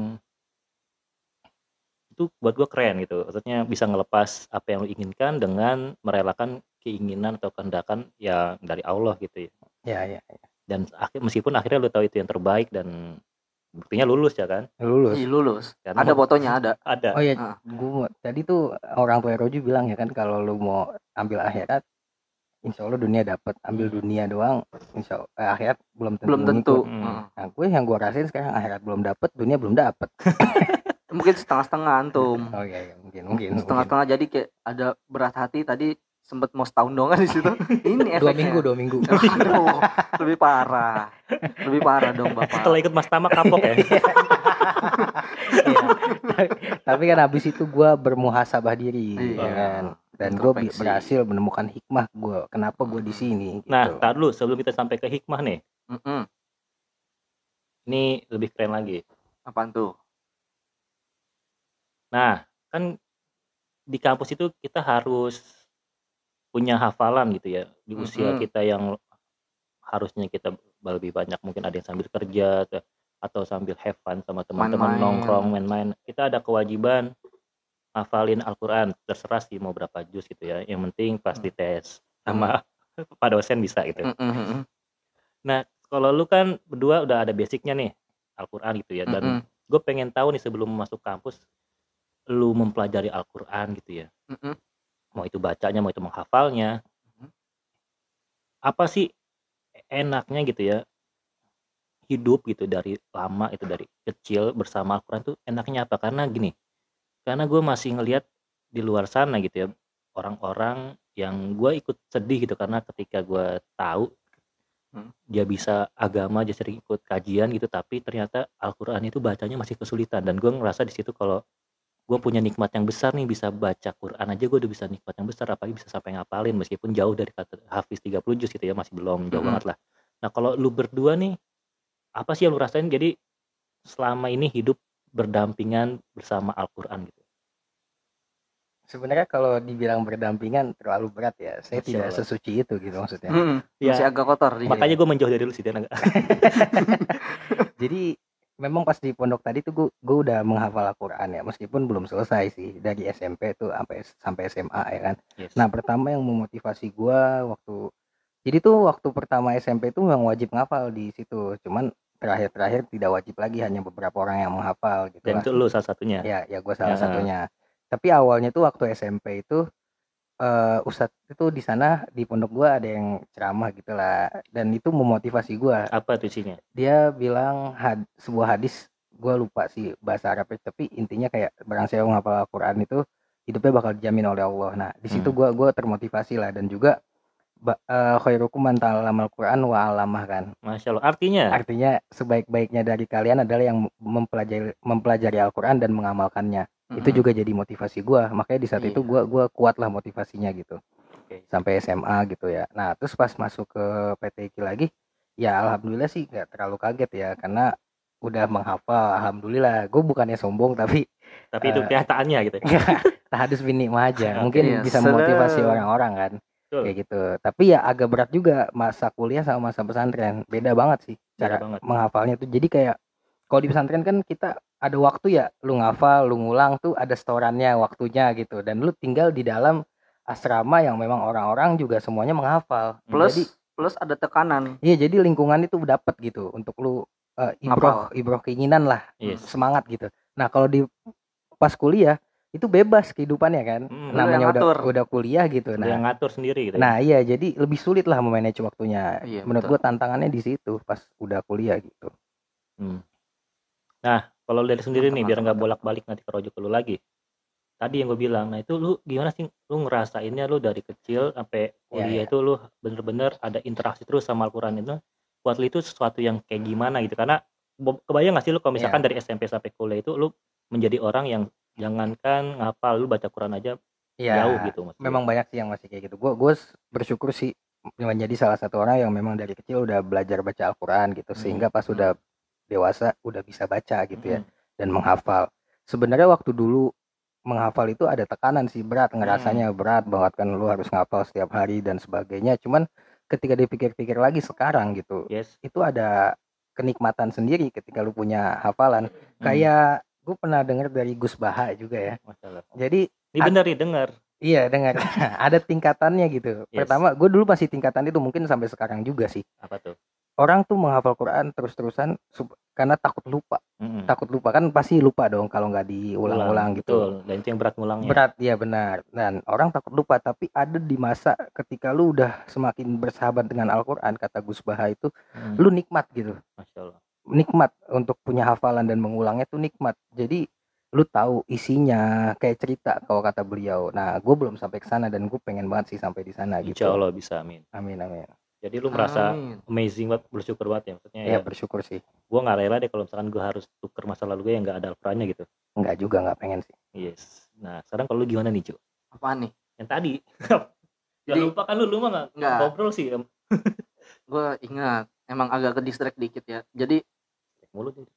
A: itu buat gue keren gitu, maksudnya bisa ngelepas apa yang lu inginkan dengan merelakan keinginan atau kehendakan yang dari Allah gitu ya.
B: ya, ya.
A: Dan akhir, meskipun akhirnya lu tahu itu yang terbaik dan buktinya lulus ya kan?
B: Lulus.
C: Ih, lulus.
A: Karena
C: Ada
A: mau-
C: fotonya ada.
A: ada.
B: Oh ya,
C: Ah.
B: gue tadi tuh orang tua Roju bilang ya kan kalau lu mau ambil akhirat, insya Allah dunia dapat. Ambil
A: Hmm.
B: dunia doang, insya Allah eh, akhirat belum tentu.
C: Belum tentu.
B: ngikut.
A: Hmm.
C: Heeh.
B: Nah, gue yang gue rasain sekarang akhirat belum dapat, dunia belum dapat.
C: Mungkin setengah-setengah antum.
B: Oh iya, iya, mungkin, mungkin. mungkin.
C: Setengah-setengah jadi kayak ada berat hati tadi sempet mau setahun doang di situ. Ini
B: Dua
C: efeknya.
B: minggu, dua minggu.
C: Aduh, lebih parah. Lebih parah dong Bapak.
A: Setelah ikut Mas Tama kapok ya.
B: Iya. Tapi kan habis itu gue bermuhasabah diri,
C: Iya.
B: ya kan. Dan gue
C: Introspeksi.
B: berhasil menemukan hikmah gue. Kenapa gue di sini? Gitu.
A: Nah, tar dulu sebelum kita sampai ke hikmah nih,
C: Mm-mm.
A: ini lebih keren lagi.
C: Apaan tuh?
A: Nah, kan di kampus itu kita harus punya hafalan gitu ya. Di usia
C: Mm-mm.
A: kita yang harusnya kita lebih banyak, mungkin ada yang sambil kerja atau- atau sambil have fun sama teman-teman,
C: Main-main.
A: nongkrong, main-main. Kita ada kewajiban hafalin Al-Quran. Terserah sih mau berapa juz gitu ya. Yang penting pas dites sama Pak dosen bisa gitu.
C: Mm-mm.
A: Nah, kalau lu kan berdua udah ada basicnya nih Al-Quran gitu ya. Dan
C: Mm-mm.
A: gue pengen tahu nih sebelum masuk kampus, lu mempelajari Al-Quran gitu ya.
C: Mm-mm.
A: Mau itu bacanya, mau itu menghafalnya.
C: Mhm.
A: Apa sih enaknya gitu ya hidup gitu dari lama itu dari kecil bersama Al-Quran tuh enaknya apa? Karena gini, karena gue masih ngelihat di luar sana gitu ya orang-orang yang gue ikut sedih gitu karena ketika gue tahu
C: Hmm.
A: dia bisa agama, dia sering ikut kajian gitu, tapi ternyata Al-Quran itu bacanya masih kesulitan. Dan gue ngerasa di situ kalau gue punya nikmat yang besar nih, bisa baca Quran aja gue udah bisa nikmat yang besar, apalagi bisa sampai ngapalin meskipun jauh dari kata hafiz tiga puluh juz gitu ya, masih belum jauh
C: Mm-mm.
A: banget lah. Nah kalau lu berdua nih, apa sih yang lu rasain jadi selama ini hidup berdampingan bersama Al-Quran gitu?
B: Sebenarnya kalau dibilang berdampingan terlalu berat ya. Saya
A: Masya
B: tidak
A: Allah.
B: sesuci itu gitu maksudnya.
C: Mm-mm.
A: Ya,
C: Masih agak kotor. dikit.
A: makanya gue menjauh dari lu sih Dan agak.
B: Jadi memang pas di pondok tadi tuh gue gue udah menghafal Al-Quran ya, meskipun belum selesai sih dari S M P tuh sampai sampai S M A ya kan.
A: Yes.
B: Nah pertama yang memotivasi gue waktu jadi tuh waktu pertama S M P tuh memang wajib ngafal di situ, cuman terakhir-terakhir tidak wajib lagi, hanya beberapa orang yang menghafal gitu
A: Dan
B: lah.
A: itu lu salah satunya.
B: Ya ya gue salah
A: Ya.
B: satunya. Tapi awalnya tuh waktu S M P itu eh Ustadz itu di sana di pondok gue ada yang ceramah gitulah, dan itu memotivasi gue.
A: Apa tuh isinya?
B: Dia bilang had, sebuah hadis, gue lupa sih bahasa Arabnya, tapi intinya kayak barang siapa menghafal Al-Quran itu hidupnya bakal dijamin oleh Allah. Nah di situ
A: Hmm.
B: gue gue termotivasi lah, dan juga ba- eh, khairukum man ta'allamal Quran wa 'allamah kan.
A: Masya Allah. Artinya
B: Artinya sebaik-baiknya dari kalian adalah yang mempelajari mempelajari Al-Quran dan mengamalkannya. Itu
C: Mm-mm.
B: juga jadi motivasi gue, makanya di saat
C: Iya.
B: itu gue gue kuat lah motivasinya gitu
A: Oke.
B: sampai S M A gitu ya. Nah terus pas masuk ke P T I K lagi, ya alhamdulillah sih nggak terlalu kaget ya, karena udah menghafal. Alhamdulillah, gue bukannya sombong tapi
A: Tapi itu
B: eh,
A: kenyataannya gitu.
B: tahadus bin nikmah aja,
A: Oke.
B: mungkin
C: Iya,
B: bisa
C: sele-
B: memotivasi orang-orang kan
A: Betul.
B: kayak gitu. Tapi ya agak berat juga masa kuliah sama masa pesantren, beda banget sih
A: Beda
B: cara
A: banget.
B: menghafalnya tuh. Jadi kayak kalau di pesantren kan kita ada waktu ya, lu ngafal, lu ngulang tuh ada setorannya waktunya gitu, dan lu tinggal di dalam asrama yang memang orang-orang juga semuanya menghafal.
C: Plus
B: Jadi
C: plus ada tekanan.
B: iya, jadi lingkungan itu dapat gitu untuk lu eh, ibroh ibroh keinginan lah,
A: Yes.
B: semangat gitu. Nah kalau di pas kuliah itu bebas kehidupannya kan,
A: Hmm.
C: Lu
B: namanya
C: yang
B: udah
C: ngatur.
B: udah kuliah gitu.
A: Lu yang
B: Nah
A: ngatur sendiri gitu. ya.
B: nah iya, jadi lebih sulit lah memanage waktunya.
C: Iya,
B: Menurut
C: betul.
B: gua tantangannya di situ pas udah kuliah gitu.
A: Hmm. Nah, kalau dari sendiri nih,
C: Mantap,
A: biar
C: mantap,
A: nggak
C: mantap.
A: bolak-balik nanti ke Rojo ke lu lagi. Tadi yang gue bilang, nah itu lu gimana sih? Lu ngerasainnya lu dari kecil sampai kuliah
B: Ya, ya.
A: itu lu bener-bener ada interaksi terus sama Al-Quran itu. Buat lu itu sesuatu yang kayak gimana gitu? Karena bo- kebayang nggak sih lu kalau misalkan
B: Ya.
A: dari S M P sampai kuliah itu lu menjadi orang yang jangankan ngapal, lu baca Quran aja
B: Ya,
A: jauh gitu maksudnya.
B: memang banyak sih yang masih kayak gitu. Gue gue bersyukur sih menjadi salah satu orang yang memang dari kecil udah belajar baca Al-Quran gitu,
A: Hmm.
B: sehingga pas udah dewasa udah bisa baca gitu ya,
A: Hmm.
B: dan menghafal. Sebenarnya waktu dulu menghafal itu ada tekanan sih, berat ngerasanya, berat banget kan, lu harus ngafal setiap hari dan sebagainya. Cuman ketika dipikir-pikir lagi sekarang gitu,
A: Yes.
B: itu ada kenikmatan sendiri ketika lu punya hafalan.
A: Hmm.
B: Kayak gue pernah dengar dari Gus Baha juga ya.
A: Masya Allah.
B: Jadi
A: Ini bener nih denger.
B: iya dengar ada tingkatannya gitu.
A: Yes.
B: Pertama, gue dulu masih tingkatan itu, mungkin sampai sekarang juga sih.
A: Apa tuh?
B: Orang tuh menghafal Quran terus-terusan sub- karena takut lupa.
A: Mm-mm.
B: Takut lupa kan pasti lupa dong kalau nggak diulang-ulang
A: Ulang,
B: gitu.
A: betul. Dan itu yang berat ngulangnya.
B: Berat, ya benar. Dan orang takut lupa, tapi ada di masa ketika lu udah semakin bersahabat dengan Al-Quran, kata Gus Baha itu,
A: Hmm.
B: lu nikmat gitu.
A: Masya Allah.
B: Nikmat untuk punya hafalan dan mengulangnya tuh nikmat. Jadi lu tahu isinya kayak cerita kalau kata beliau. Nah, gue belum sampai ke sana dan gue pengen banget sih sampai di sana gitu.
A: Insya Allah bisa, amin.
B: Amin amin.
A: Jadi lu merasa
C: Amin.
A: amazing banget, bersyukur banget ya maksudnya
B: Ya
A: ya.
B: bersyukur sih.
A: Gue nggak rela deh kalau misalkan gue harus tuker masa lalu gue yang nggak ada Al-Qurannya gitu.
B: Enggak juga, nggak pengen sih.
A: Yes. Nah sekarang kalau lu gimana nih, Cu?
C: Apaan nih?
A: Yang tadi. Jadi
C: Jadi-
A: lupa kan lu, lu mah nggak
C: Nggak.
A: ngobrol sih. Em.
C: Gue ingat, emang agak ke distract dikit ya. Jadi
A: Mulut ini.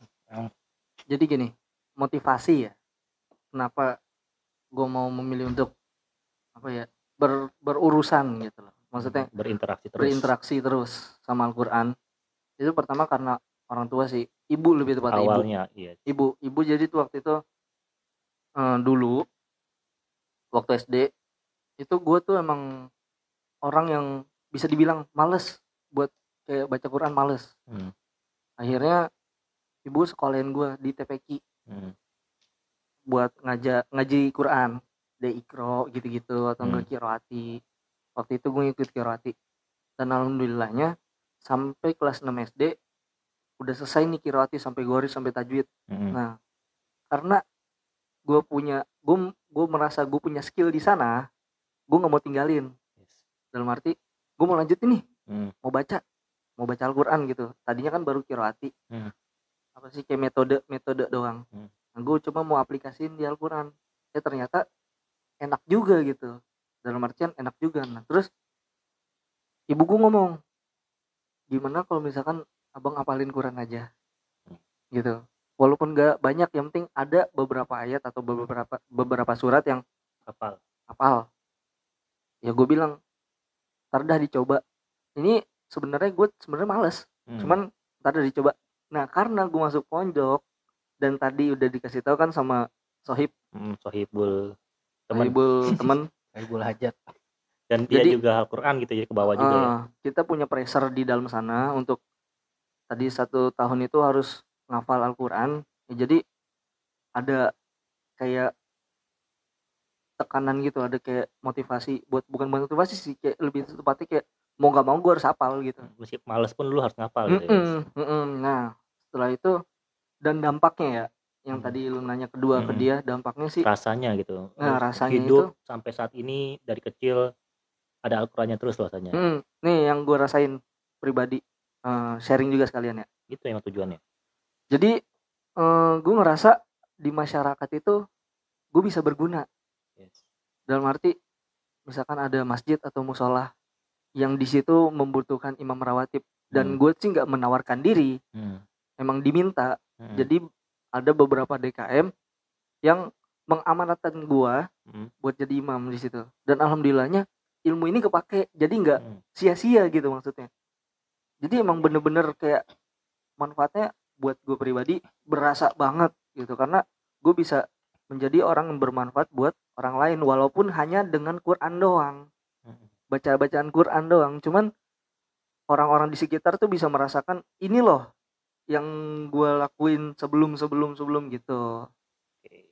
C: jadi gini, motivasi ya. Kenapa gue mau memilih untuk apa ya ber, berurusan gitu loh. Maksudnya
A: berinteraksi terus.
C: berinteraksi terus sama Al-Quran. Itu pertama karena orang tua sih, ibu lebih tepatnya ibu.
A: Awalnya, iya.
C: Ibu, ibu jadi tuh waktu itu eh, dulu waktu S D itu gue tuh emang orang yang bisa dibilang males buat kayak baca Quran, males.
A: Hmm.
C: Akhirnya ibu sekolahin gue di T P Q
A: Hmm.
C: buat ngaja ngaji Quran, de ikro gitu-gitu atau enggak
A: Hmm.
C: kiroati. Waktu itu gue ikut kiroati dan alhamdulillahnya sampai kelas enam S D udah selesai nih kiroati sampai goris sampai tajwid.
A: Hmm.
C: Nah, karena gue punya gue gue merasa gue punya skill di sana, gue nggak mau tinggalin.
A: Yes.
C: Dalam arti gue mau lanjutin nih,
A: Hmm.
C: mau baca mau baca Al-Quran gitu. Tadinya kan baru kiroati,
A: Hmm.
C: apa sih kayak metode metode doang.
A: Hmm.
C: Nah, gue coba mau aplikasiin di Al-Quran, ya ternyata enak juga gitu. Dalam artian enak juga. Nah terus ibu gue ngomong, gimana kalau misalkan abang apalin Quran aja gitu, walaupun gak banyak, yang penting ada beberapa ayat atau beberapa beberapa surat yang
A: Hafal.
C: hafal. Ya gue bilang ntar dah dicoba. Ini sebenarnya gue sebenarnya males,
A: Hmm.
C: cuman ntar dah dicoba. Nah karena gue masuk pondok dan tadi udah dikasih tahu kan sama Sohib,
A: Hmm, sohibul temen.
C: Sohibul temen,
B: Aibul hajat.
A: Dan dia
C: Jadi-
A: juga Al-Quran gitu ya ke bawah juga ya.
C: eh, kita punya pressure di dalam sana untuk tadi satu tahun itu harus ngafal Al-Quran. Ya, jadi ada kayak tekanan gitu, ada kayak motivasi buat, bukan motivasi sih, kayak lebih tepatnya kayak mau gak mau gue harus hafal gitu.
A: Meski males pun lu harus ngapal gitu ya.
C: Mm-mm, mm-mm. Nah setelah itu dan dampaknya ya yang
A: Hmm.
C: tadi lu nanya kedua ke
A: Mm-mm.
C: dia, dampaknya sih
A: Rasanya gitu.
C: Nah,
A: Oh,
C: rasanya
A: hidup sampai saat ini dari kecil ada Al-Qurannya terus rasanya.
C: mm, nih yang gue rasain pribadi, eh, sharing juga sekalian ya.
A: Itu emang tujuannya.
C: Jadi eh, gue ngerasa di masyarakat itu gue bisa berguna.
A: Yes.
C: Dalam arti misalkan ada masjid atau musola yang di situ membutuhkan imam rawatib dan
A: Hmm.
C: gue sih nggak menawarkan diri,
A: Hmm.
C: emang diminta.
A: Hmm.
C: Jadi ada beberapa D K M yang mengamanatkan gue
A: Hmm.
C: buat jadi imam di situ, dan alhamdulillahnya ilmu ini kepake, jadi nggak
A: Hmm.
C: sia-sia gitu maksudnya. Jadi emang bener-bener kayak manfaatnya buat gue pribadi berasa banget gitu, karena gue bisa menjadi orang yang bermanfaat buat orang lain walaupun hanya dengan Quran doang,
A: Hmm.
C: baca-bacaan Quran doang. Cuman orang-orang di sekitar tuh bisa merasakan ini loh yang gue lakuin sebelum sebelum sebelum gitu.
A: Oke.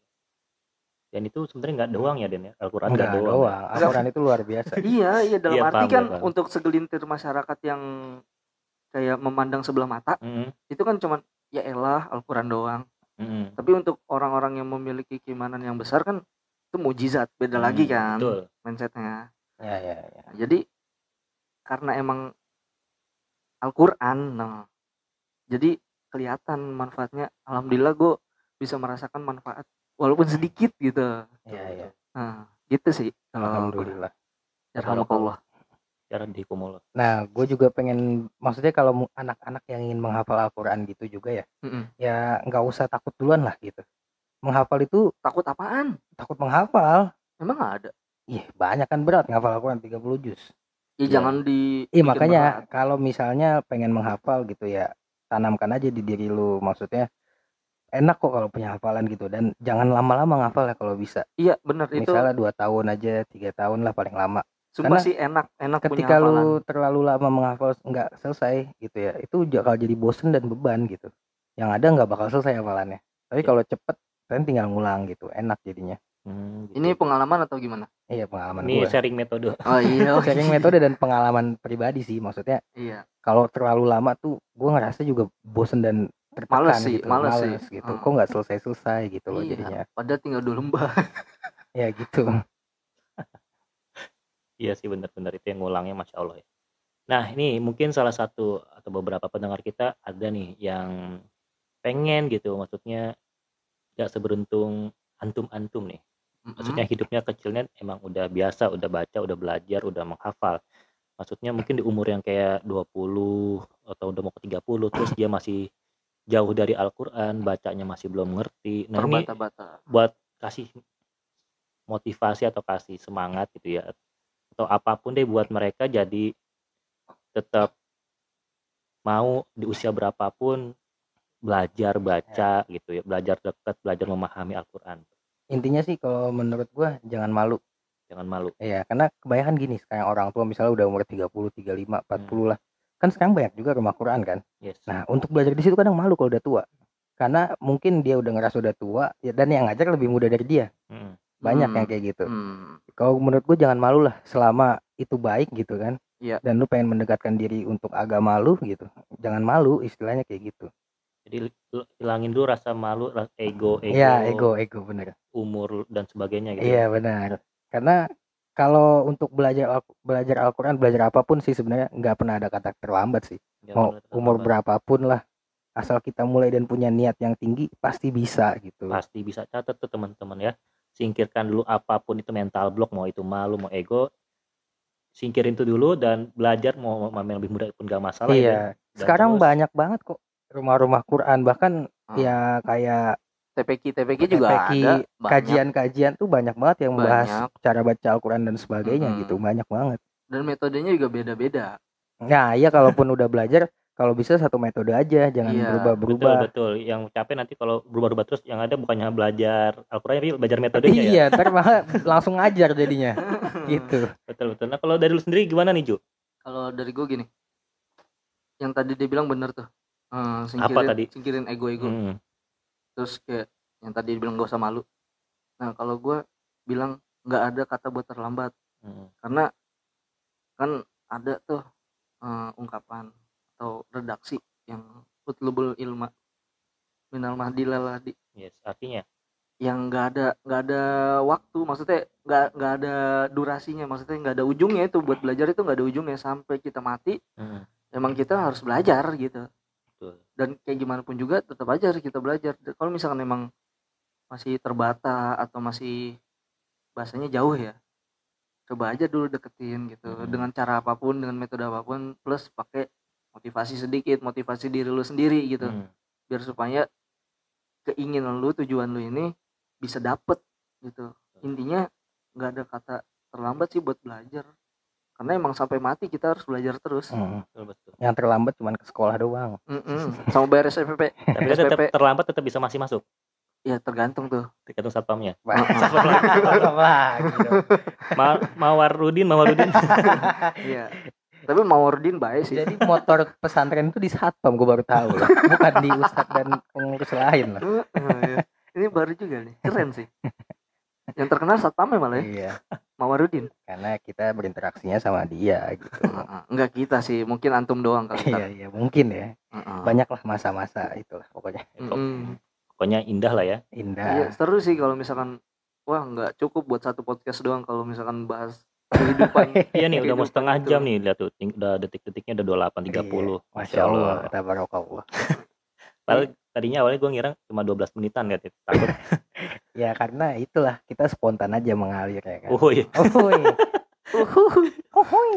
A: Dan itu sebenarnya nggak doang ya Den ya. Al-Quran
B: Enggak
A: nggak doang.
B: doang.
A: Ya.
B: Al-Quran itu luar biasa.
C: Iya iya dalam
A: Iya,
C: arti
A: paham,
C: kan
A: paham.
C: untuk segelintir masyarakat yang kayak memandang sebelah mata
A: Hmm.
C: itu kan cuman ya elah Al-Quran doang.
A: Hmm.
C: Tapi untuk orang-orang yang memiliki keimanan yang besar kan itu mujizat, beda
A: Hmm,
C: lagi kan
A: betul.
C: mindsetnya.
B: Ya ya ya.
C: Jadi karena emang Al-Quran, nah, jadi kelihatan manfaatnya. Alhamdulillah gue bisa merasakan manfaat walaupun sedikit gitu.
B: Ya ya.
C: Nah, gitu sih.
B: Alhamdulillah.
C: Alhamdulillah.
A: Cara dihikumullah.
B: Nah, gue juga pengen, maksudnya kalau mu- anak-anak yang ingin menghafal Al-Quran gitu juga ya,
C: Mm-mm.
B: ya nggak usah takut duluan lah gitu. Menghafal itu
C: Takut apaan?
B: takut menghafal.
C: Emang nggak ada?
B: Ih, banyak kan berat ngafal Al-Quran tiga puluh juz.
C: Ya,
A: Ya.
C: jangan di.
B: Iya
C: bikin
B: makanya
C: berat.
B: kalau misalnya pengen menghafal gitu ya, tanamkan aja di diri lu. Maksudnya enak kok kalau punya hafalan gitu, dan jangan lama-lama ngafal ya kalau bisa.
C: Iya benar itu.
B: Misalnya dua tahun aja, tiga tahun lah paling lama.
C: Sumpah
B: karena
C: sih enak enak punya
B: Ketika
C: hafalan.
B: lu terlalu lama menghafal nggak selesai gitu ya, itu bakal jadi bosen dan beban gitu. Yang ada nggak bakal selesai hafalannya. Tapi
A: Ya.
B: kalau cepet, kalian tinggal ngulang gitu, enak jadinya.
A: Hmm, gitu.
C: Ini pengalaman atau gimana?
B: Iya pengalaman
A: Ini
B: gue.
A: sharing metode.
C: Oh iya. oh
B: Sharing
C: iya.
B: metode dan pengalaman pribadi sih, maksudnya
C: Iya.
B: kalau terlalu lama tuh gue ngerasa juga bosen dan tertekan
C: Males sih,
B: gitu,
C: males
B: males
C: sih.
B: gitu.
C: Hmm.
B: Kok nggak selesai-selesai gitu loh
C: Iya.
B: jadinya.
C: Padahal tinggal dua lembar.
B: Ya gitu.
A: Iya sih benar-benar itu yang ngulangnya Masya Allah ya. Nah ini mungkin salah satu atau beberapa pendengar kita ada nih yang pengen gitu, maksudnya gak seberuntung antum-antum nih. Maksudnya hidupnya kecilnya emang udah biasa, udah baca, udah belajar, udah menghafal. Maksudnya mungkin di umur yang kayak dua puluh atau udah mau ke tiga puluh, terus dia masih jauh dari Al-Quran, bacanya masih belum ngerti. Nah ini
C: Terbata-bata.
A: buat kasih motivasi atau kasih semangat gitu ya, atau apapun deh buat mereka jadi tetap mau di usia berapapun belajar baca gitu ya, belajar dekat, belajar memahami Al-Quran.
B: Intinya sih kalau menurut gue jangan malu.
A: Jangan malu.
B: Iya, karena kebanyakan gini sekarang orang tua misalnya udah umur tiga puluh, tiga puluh lima, empat puluh lah. Kan sekarang banyak juga rumah Quran kan.
A: Yes.
B: Nah, untuk belajar di situ kadang malu kalau udah tua. Karena mungkin dia udah ngerasa udah tua ya, dan yang ngajar lebih muda dari dia.
A: Hmm.
B: Banyak
C: Hmm.
B: yang kayak gitu.
C: Hmm.
B: Kalau menurut gue jangan malu lah, selama itu baik gitu kan.
C: Iya.
B: Dan lu pengen mendekatkan diri untuk agama lu gitu. Jangan malu, istilahnya kayak gitu.
A: Jadi l- hilangin dulu rasa malu, rasa ego, ego,
B: Iya, ego, ego bener.
A: umur dan sebagainya gitu.
B: Iya benar. Karena kalau untuk belajar Al- belajar Al-Quran, belajar apapun sih sebenarnya nggak pernah ada kata terlambat sih.
A: Jangan
B: Mau
A: pernah
B: umur
A: terlambat.
B: berapapun lah, asal kita mulai dan punya niat yang tinggi pasti bisa gitu.
A: Pasti bisa. Catat tuh teman-teman ya. Singkirkan dulu apapun itu mental block, mau itu malu, mau ego. Singkirin itu dulu dan belajar, mau mau yang lebih muda pun gak masalah ya. Dan-
B: Iya.
A: dan
B: Sekarang
A: terus-
B: banyak banget kok rumah-rumah Quran, bahkan
C: Ah.
B: ya kayak
C: T P Q T P Q juga
B: T P Q,
C: ada. Banyak.
B: kajian-kajian tuh banyak banget yang membahas
C: Banyak.
B: cara baca Al-Quran dan sebagainya
C: Mm-mm.
B: gitu, banyak banget.
C: Dan metodenya juga beda-beda.
B: Nah iya, kalaupun udah belajar, kalau bisa satu metode aja, jangan
C: Iya,
B: berubah-berubah.
A: Betul betul. Yang capek nanti kalau berubah-ubah terus yang ada bukannya belajar Al-Qur'an tapi belajar metodenya ya.
B: Iya, ntar malah langsung ngajar jadinya. Gitu.
A: Betul betul. Nah, kalau dari lu sendiri gimana nih, Ju?
C: Kalau dari gue gini, yang tadi dia bilang bener tuh, eh,
A: Apa
C: singkirin
A: tadi?
C: singkirin ego-ego.
A: Hmm.
C: Terus kayak yang tadi dia bilang gak usah malu. Nah kalau gue bilang nggak ada kata buat terlambat,
A: Hmm.
C: karena kan ada tuh eh, ungkapan atau redaksi yang utlubul ilma minal mahdi laladi,
A: Yes, artinya
C: yang nggak ada nggak ada waktu, maksudnya nggak nggak ada durasinya, maksudnya nggak ada ujungnya. Itu buat belajar itu nggak ada ujungnya sampai kita mati.
A: hmm.
C: Emang kita harus belajar gitu,
A: Betul.
C: dan kayak gimana pun juga tetap aja harus kita belajar. Kalau misalkan emang masih terbata atau masih bahasanya jauh ya, coba aja dulu deketin gitu,
A: Hmm.
C: dengan cara apapun, dengan metode apapun, plus pakai motivasi sedikit, motivasi diri lu sendiri gitu,
A: Hmm.
C: biar supaya keinginan lu, tujuan lu ini bisa dapet gitu. Intinya nggak ada kata terlambat sih buat belajar, karena emang sampai mati kita harus belajar terus.
B: Hmm.
A: Betul betul.
B: Yang terlambat cuma ke sekolah doang.
C: Mm-mm. Sama bayar S P P.
A: Tapi kan tetap terlambat tetap bisa masih masuk.
C: Ya tergantung tuh.
A: Tergantung satpamnya.
B: Wah, satpam lagi dong.
A: Ma Mawarudin, Mawarudin.
C: Iya. Tapi Mawarudin baik sih.
B: Jadi motor pesantren itu di satpam, gue baru tahu loh. Bukan di ustadz dan pengurus lain loh.
C: Iya. Ini baru juga nih, keren sih. Yang terkenal satpamnya malah ya,
B: Iya,
C: Mawarudin.
B: karena kita berinteraksinya sama dia gitu.
C: Heeh. Enggak kita sih, mungkin antum doang kali.
B: Iya, iya, mungkin ya.
C: Heeh.
B: Banyaklah masa-masa itulah pokoknya.
C: Mm-mm.
A: Pokoknya indah lah ya.
C: Iya,
B: Indah.
C: seru sih kalau misalkan, wah nggak cukup buat satu podcast doang kalau misalkan bahas kehidupan.
A: Iya nih udah mau
C: Kehidupan
A: setengah
C: itu.
A: jam nih, lihat tuh ting- udah detik-detiknya udah dua puluh delapan tiga puluh.
B: Iya, Masya Allah, tabarakallah.
A: Padahal tadinya awalnya gue ngira cuma dua belas menitan lihat itu. Takut.
B: Ya karena itulah kita spontan aja mengalir ya kan.
A: Oh iya.
B: Uhuy. Uhuy.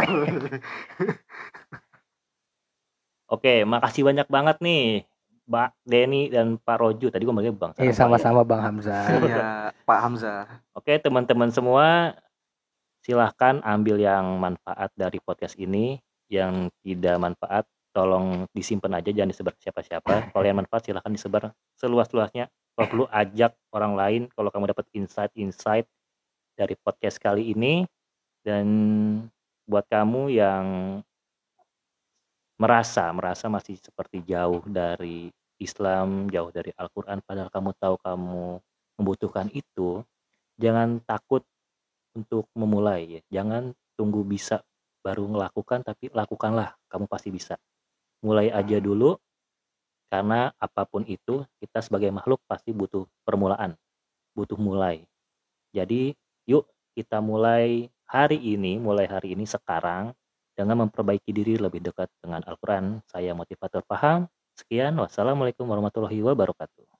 A: Oke, makasih banyak banget nih Mbak Denny dan Pak Roju. Tadi gue manggil Bang.
B: Eh
A: sekarang Pak ya.
B: sama-sama Bang Hamzah.
C: Iya, Pak Hamzah.
A: Oke, teman-teman semua, silahkan ambil yang manfaat dari podcast ini. Yang tidak manfaat, tolong disimpan aja, jangan disebar ke siapa-siapa. Kalau yang manfaat, silahkan disebar seluas-luasnya. Kalau perlu ajak orang lain. Kalau kamu dapat insight-insight dari podcast kali ini. Dan buat kamu yang merasa merasa masih seperti jauh dari Islam, jauh dari Al-Quran, padahal kamu tahu kamu membutuhkan itu, jangan takut untuk memulai ya. Jangan tunggu bisa baru melakukan, tapi lakukanlah, kamu pasti bisa. Mulai aja dulu, karena apapun itu kita sebagai makhluk pasti butuh permulaan, butuh mulai. Jadi yuk kita mulai hari ini, mulai hari ini sekarang dengan memperbaiki diri lebih dekat dengan Al-Quran. Saya motivator Faham. Sekian, wassalamualaikum warahmatullahi wabarakatuh.